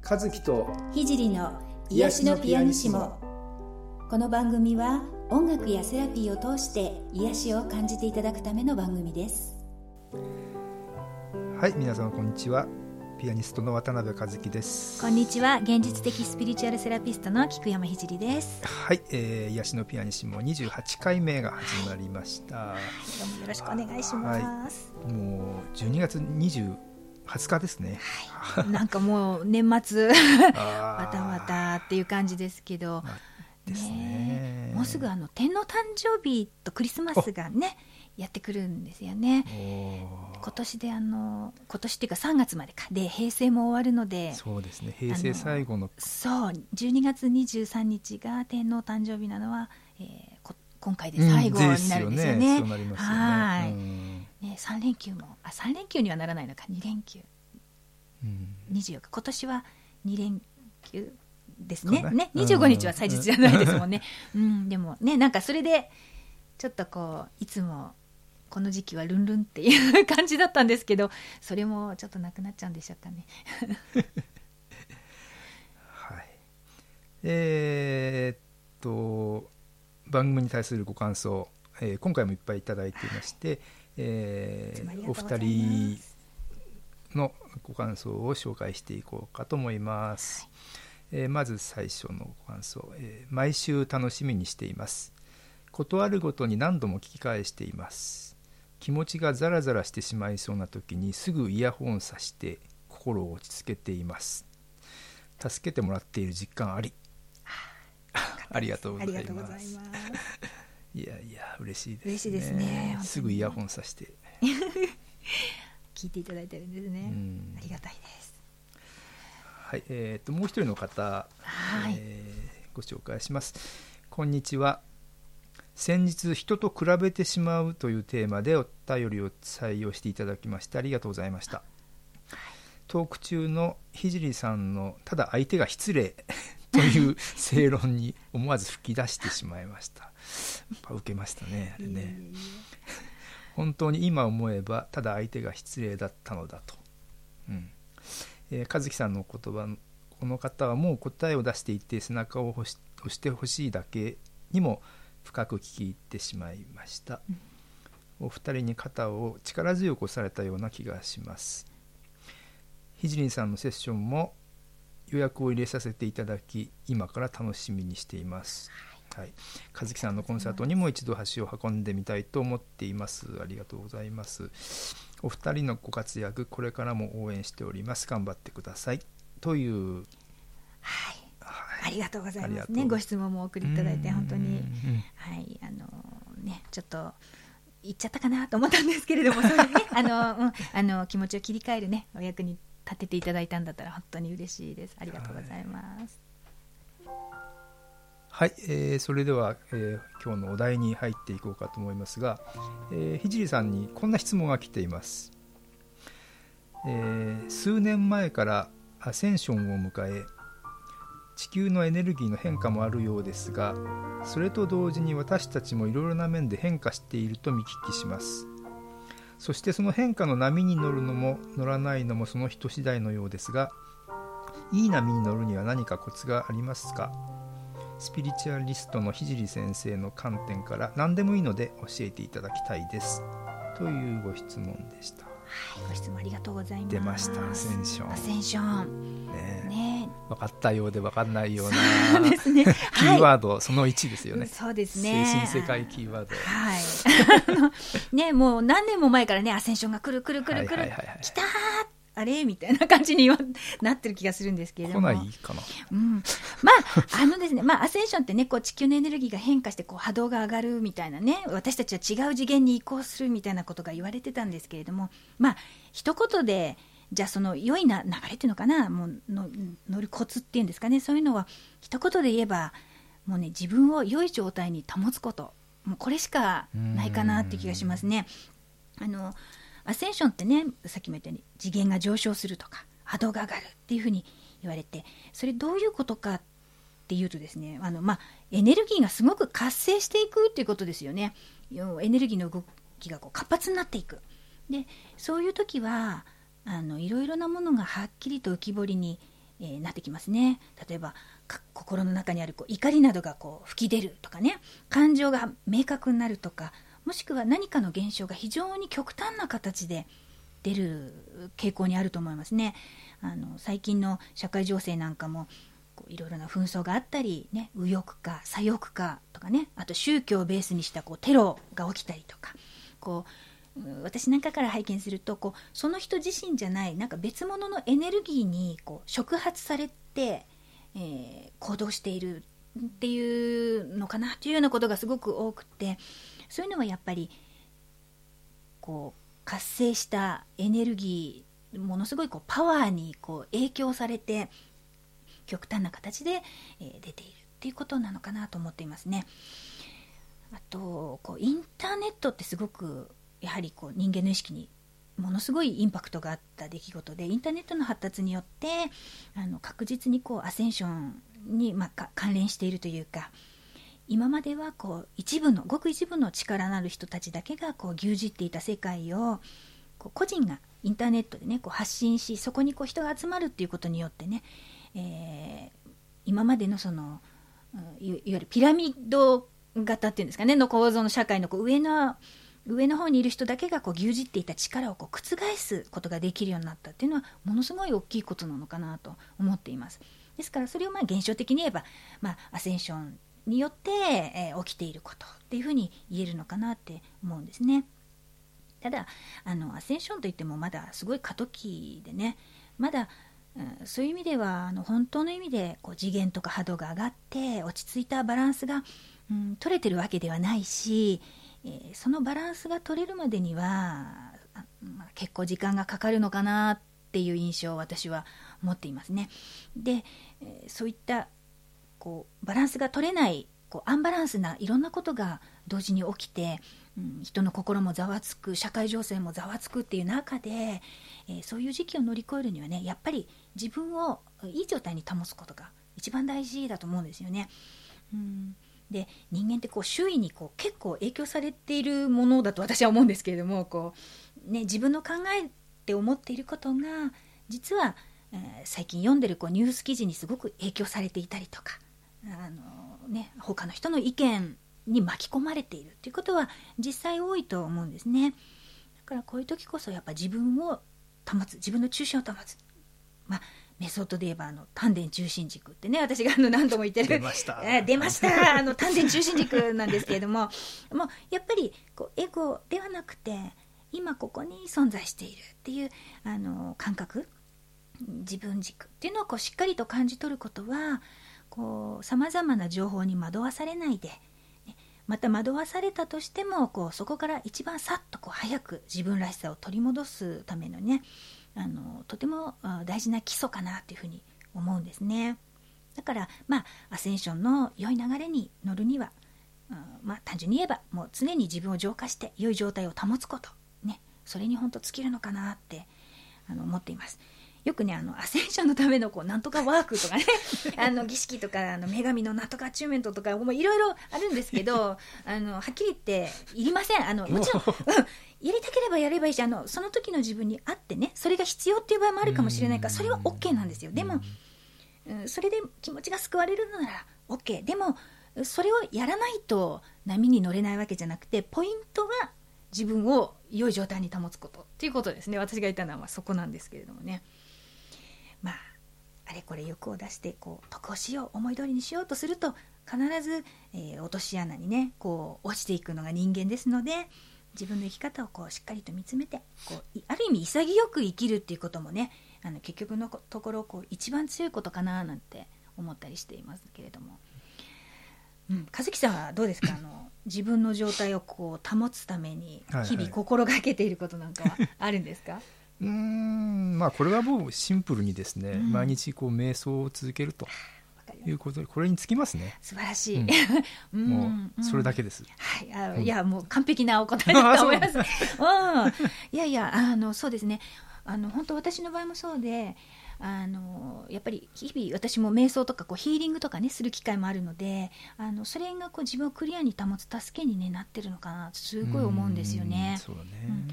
和樹と聖の癒しのピアニシモ。この番組は音楽やセラピーを通して癒しを感じていただくための番組です。 はい、皆さんこんにちは。ピアニストの渡辺和樹です。 こんにちは。現実的スピリチュアルセラピストの菊山聖です。 はい、癒しのピアニシモ28回目が始まりました。 どうもよろしくお願いします。 もう12月20日ですね。 はい、なんかもう年末わたわたっていう感じですけど、 ですね。 もうすぐ天皇誕生日とクリスマスがねやってくるんですよね。今年っていうか3月までかで平成も終わるので、 そうですね、平成最後のそう12月23日が天皇誕生日なのは、今回で最後になるんですよね。 そうなりますよね。 はい、ね、3連休も3連休にはならないのか、2連休、24日、今年は2連休ですね。25日は祭日じゃないですもんね。でもね、なんかそれでちょっとこういつもこの時期はルンルンっていう感じだったんですけど、それもちょっとなくなっちゃうんでしょうかね。 はい。番組に対するご感想、今回もいっぱいいただいていまして、お二人のご感想を紹介していこうかと思います。まず最初のご感想、毎週楽しみにしています。ことあるごとに何度も聞き返しています。気持ちがザラザラしてしまいそうな時にすぐイヤホンさして心を落ち着けています。助けてもらっている実感あり。ありがとうございます。いやいや嬉しいですね。 嬉しいですね。 すぐイヤホンさして聞いていただいてるんですね。ありがたいです。 はい、もう一人の方、ご紹介します。こんにちは。先日人と比べてしまうというテーマでお便りを採用していただきましてありがとうございました。トーク中の聖さんのただ相手が失礼という正論に思わず吹き出してしまいました。やっぱ受けましたね、あれね。本当に今思えばただ相手が失礼だったのだと。和樹さんの言葉、この方はもう答えを出していて背中を押してほしいだけにも深く聞き入ってしまいました。お二人に肩を力強く押されたような気がします。聖さんのセッションも予約を入れさせていただき今から楽しみにしています。はい、和樹さんのコンサートにも一度足を運んでみたいと思っています。ありがとうございます。お二人のご活躍これからも応援しております。頑張ってくださいという、 ありがとうございますね。ご質問もお送りいただいて本当に、ちょっと言っちゃったかなと思ったんですけれども、そういうね気持ちを切り替えるねお役に立てていただいたんだったら本当に嬉しいです。ありがとうございます。 はい、それでは、今日のお題に入っていこうかと思いますが、聖さんにこんな質問が来ています。数年前からアセンションを迎え地球のエネルギーの変化もあるようですが、それと同時に私たちもいろいろな面で変化していると見聞きします。そしてその変化の波に乗るのも乗らないのもその人次第のようですが、いい波に乗るには何かコツがありますか？スピリチュアリストの聖先生の観点から何でもいいので教えていただきたいですというご質問でした。 ご質問ありがとうございます。 出ました、アセンション。 アセンションね、 分かったようで分かんないようなそうですね、 キーワードその1ですよね。 そうですね、 精神世界キーワード、 ね、もう何年も前からねアセンションが来る来たーあれみたいな感じになってる気がするんですけれども、 来ないかな、 ですね、アセンションってね、こう地球のエネルギーが変化してこう波動が上がるみたいなね、私たちは違う次元に移行するみたいなことが言われてたんですけれども、一言でじゃあその良い流れっていうのかな、もう乗るコツっていうんですかね、そういうのは一言で言えばもうね、自分を良い状態に保つこと、もうこれしかないかなって気がしますね。アセンションってね、さっきも言ったように次元が上昇するとか波動が上がるっていうふうに言われて、それどういうことかっていうとですね、エネルギーがすごく活性していくっていうことですよね。エネルギーの動きがこう活発になっていく。でそういう時はいろいろなものがはっきりと浮き彫りになってきますね。例えば心の中にある怒りなどが吹き出るとかね、感情が明確になるとか、もしくは何かの現象が非常に極端な形で出る傾向にあると思いますね。最近の社会情勢なんかもいろいろな紛争があったり、ね、右翼か左翼かとかね、あと宗教をベースにしたテロが起きたりとか、私なんかから拝見するとその人自身じゃないなんか別物のエネルギーに触発されて、行動しているっていうのかなというようなことがすごく多くて、そういうのはやっぱり活性したエネルギー、ものすごいパワーに影響されて極端な形で、出ているっていうことなのかなと思っていますね。あとインターネットってすごくやはり人間の意識にものすごいインパクトがあった出来事で、インターネットの発達によって確実にアセンションに、関連しているというか、今まではごく一部の力のある人たちだけが牛耳っていた世界を個人がインターネットでね発信し、そこに人が集まるっていうことによってね、今までのいわゆるピラミッド型っていうんですかねの構造の社会の上の方にいる人だけが牛耳っていた力を覆すことができるようになったっていうのはものすごい大きいことなのかなと思っています。ですからそれを現象的に言えば、アセンションによって、起きていることっていうふうに言えるのかなって思うんですね。ただアセンションといってもまだすごい過渡期でね、まだそういう意味では本当の意味で次元とか波動が上がって落ち着いたバランスが、取れてるわけではないし、そのバランスが取れるまでには、結構時間がかかるのかなっていう印象を私は持っていますね。で、そういったバランスが取れないアンバランスないろんなことが同時に起きて、人の心もざわつく、社会情勢もざわつくっていう中で、そういう時期を乗り越えるにはね、やっぱり自分をいい状態に保つことが一番大事だと思うんですよね。で、人間って周囲に結構影響されているものだと私は思うんですけれども、自分の考えって思っていることが実は、最近読んでるニュース記事にすごく影響されていたりとか、他の人の意見に巻き込まれているということは実際多いと思うんですね。だからこういう時こそやっぱ自分を保つ、自分の中心を保つ、メソッドで言えば丹田中心軸ってね、私が何度も言ってる出ました丹田中心軸なんですけれども、もうやっぱりエゴではなくて今ここに存在しているっていう感覚、自分軸っていうのをしっかりと感じ取ることはさまざまな情報に惑わされないで、また惑わされたとしてもそこから一番さっと早く自分らしさを取り戻すためのね、とても大事な基礎かなというふうに思うんですね。だからアセンションの良い流れに乗るには、単純に言えばもう常に自分を浄化して良い状態を保つことね、それに本当尽きるのかなって思っています。よくねアセンションのためのなんとかワークとかね儀式とか女神のなんとかアチューメントとかいろいろあるんですけどはっきり言っていりません。もちろん、やりたければやればいいし、その時の自分に合ってね、それが必要っていう場合もあるかもしれないから、それは OK なんですよ。でも、それで気持ちが救われるのなら OK。 でもそれをやらないと波に乗れないわけじゃなくて、ポイントは自分を良い状態に保つことっていうことですね。私が言ったのはそこなんですけれどもね。あれこれ欲を出して得をしよう、思い通りにしようとすると必ず、落とし穴にね落ちていくのが人間ですので、自分の生き方をしっかりと見つめてある意味潔く生きるっていうこともね、結局のところ一番強いことかななんて思ったりしていますけれども、和樹さんはどうですか自分の状態を保つために日々心がけていることなんかはあるんですか？ これはもうシンプルにですね、毎日瞑想を続けるということで、これにつきますね。 素晴らしい、 もうそれだけです。 いやもう完璧なお答えだと思います。いやいやそうですね、本当私の場合もそうで、やっぱり日々私も瞑想とかヒーリングとかねする機会もあるので、それが自分をクリアに保つ助けに、なってるのかなとすごい思うんですよね。 そうね。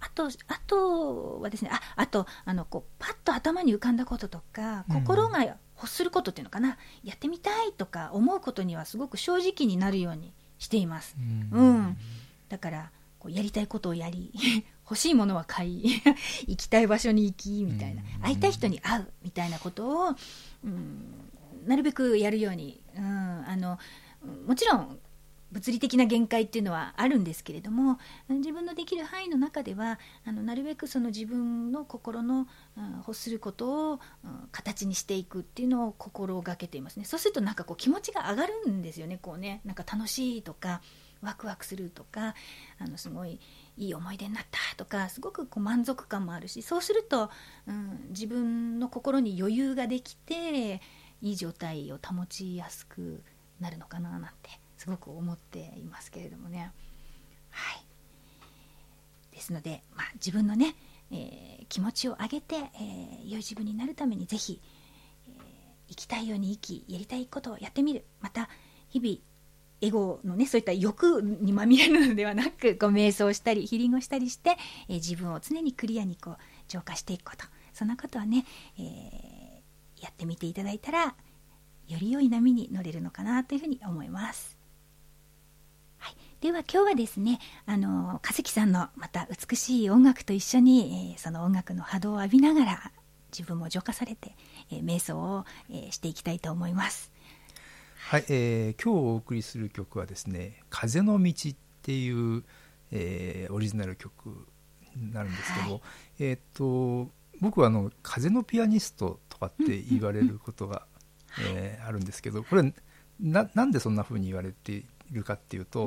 とはですね、あとこうパッと頭に浮かんだこととか、心が欲することっていうのかな、やってみたいとか思うことにはすごく正直になるようにしています。だからこうやりたいことをやり欲しいものは買い行きたい場所に行きみたいな、会いたい人に会うみたいなことを、なるべくやるように、もちろん物理的な限界っていうのはあるんですけれども、自分のできる範囲の中ではなるべくその自分の心の、欲することを、形にしていくっていうのを心がけていますね。そうするとなんかこう気持ちが上がるんですよね。こうね、なんか楽しいとかワクワクするとか、すごいいい思い出になったとか、すごくこう満足感もあるし、そうすると、自分の心に余裕ができていい状態を保ちやすくなるのかななんてすごく思っていますけれどもね。はい。ですので、自分のね、気持ちを上げて、良い自分になるためにぜひ、生きたいように生き、やりたいことをやってみる。また日々エゴのね、そういった欲にまみれるのではなく、こう瞑想したりヒーリングをしたりして、自分を常にクリアにこう浄化していくこと、そんなことはね、やってみていただいたらより良い波に乗れるのかなというふうに思います。はい、では今日はですね、和樹さんのまた美しい音楽と一緒に、その音楽の波動を浴びながら自分も浄化されて、瞑想を、していきたいと思います。 はい、今日お送りする曲はですね、風の道っていう、オリジナル曲になるんですけど、僕は風のピアニストとかって言われることが、あるんですけど、これなんでそんな風に言われているかっていうと、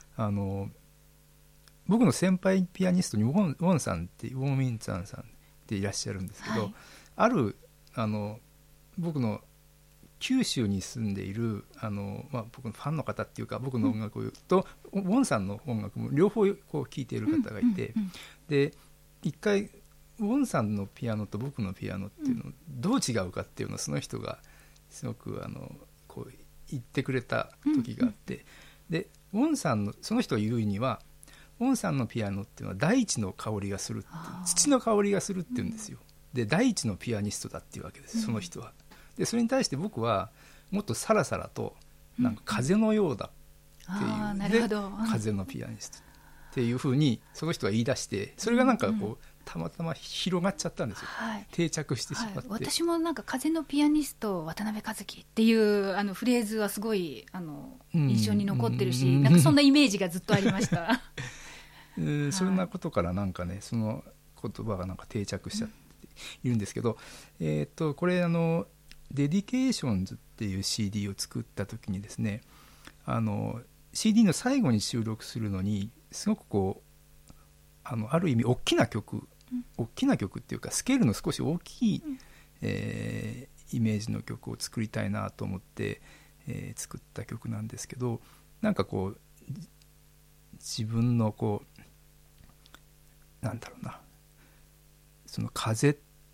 僕の先輩ピアニストにウォンさんってウォン・ミンツァンさんっていらっしゃるんですけど、ある僕の九州に住んでいる僕のファンの方っていうか、僕の音楽と、ウォンさんの音楽も両方こう聴いている方がいて、で一回ウォンさんのピアノと僕のピアノっていうのどう違うかっていうのをその人がすごくこう言ってくれた時があって、でウォンさんのその人が言うには、ウォンさんのピアノっていうのは大地の香りがするって、土の香りがするって言うんですよ。で大地のピアニストだっていうわけです、その人は。でそれに対して僕はもっとサラサラとなんか風のようだっていう、で風のピアニストっていうふうにその人が言い出して、それがなんかこうたまたま広がっちゃったんですよ、定着してしまって、 私もなんか風のピアニスト渡辺和樹っていうフレーズはすごい印象に残ってるし、なんかそんなイメージがずっとありましたそんなことからなんかね、その言葉がなんか定着しちゃっているんですけど、これデディケーションズっていう CD を作った時にですね、CD の最後に収録するのにすごくこうある意味大きな曲っていうかスケールの少し大きい、イメージの曲を作りたいなと思って、作った曲なんですけど、なんかこう自分のこうなんだろうな、その風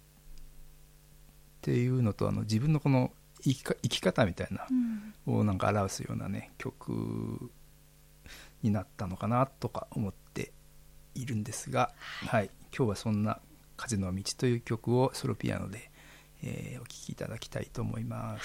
っていうのと自分のこの生き方みたいなをなんか表すようなね曲になったのかなとか思っているんですが、はい、今日はそんな風の道という曲をソロピアノで、お聴きいただきたいと思います。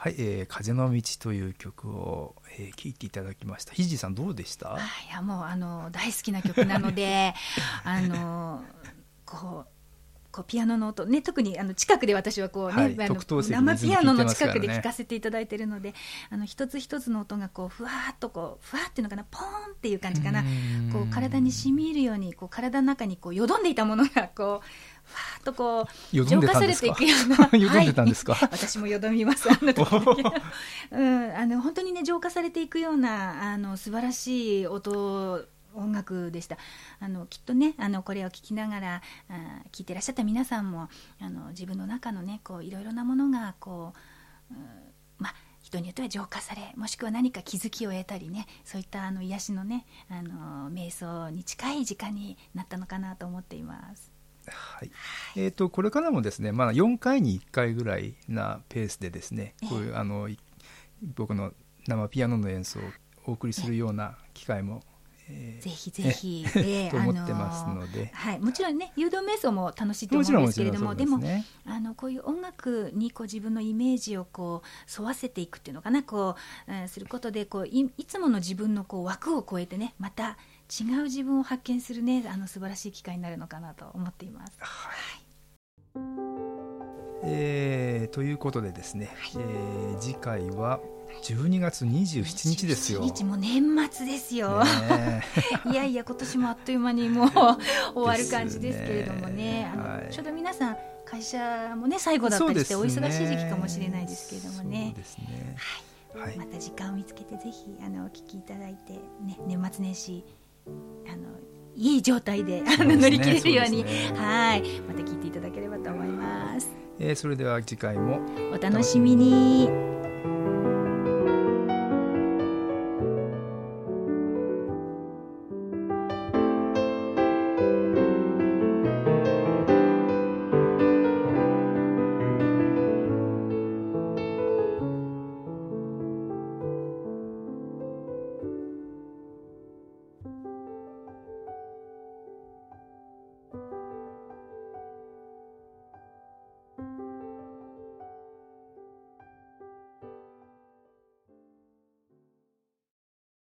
はい、風の道という曲を、聴いていただきました。ひじさんどうでした？ いやもう大好きな曲なのでこうピアノの音ね、特に近くで私はこう、ね、生ピアノの近くで聴かせていただいているので、一つ一つの音がこうふわーっとこうふわーっていうのかな、ポーンっていう感じかな、こう体に染み入るようにこう体の中にこうよどんでいたものがこうふわーっとこう浄化されていくようなよどんでたんですか？はい、 私もよどみます本当にね浄化されていくような素晴らしい音楽でした。きっとねこれを聞きながら聞いてらっしゃった皆さんも自分の中のねこういろいろなものがこう、人によっては浄化され、もしくは何か気づきを得たりね、そういった癒しのね瞑想に近い時間になったのかなと思っています。 はい、これからもですね、4回に1回ぐらいなペースでですね、こういう僕の生ピアノの演奏をお送りするような機会もぜひぜひ、 と思ってますので、 もちろんね誘導瞑想も楽しいと思うんですけれども、でもこういう音楽にこう自分のイメージをこう沿わせていくっていうのかな、こう、することでこう いつもの自分のこう枠を超えてね、また違う自分を発見するね素晴らしい機会になるのかなと思っています。 ということでですね、次回は12月27日ですよ。 27日も年末ですよ、いやいや今年もあっという間にもう終わる感じですけれどもね、ちょうど皆さん会社もね最後だったりしてお忙しい時期かもしれないですけれどもね、また時間を見つけてぜひお聞きいただいて、ね、年末年始いい状態で乗り切れるように、また聞いていただければと思います。 それでは次回もお楽しみに。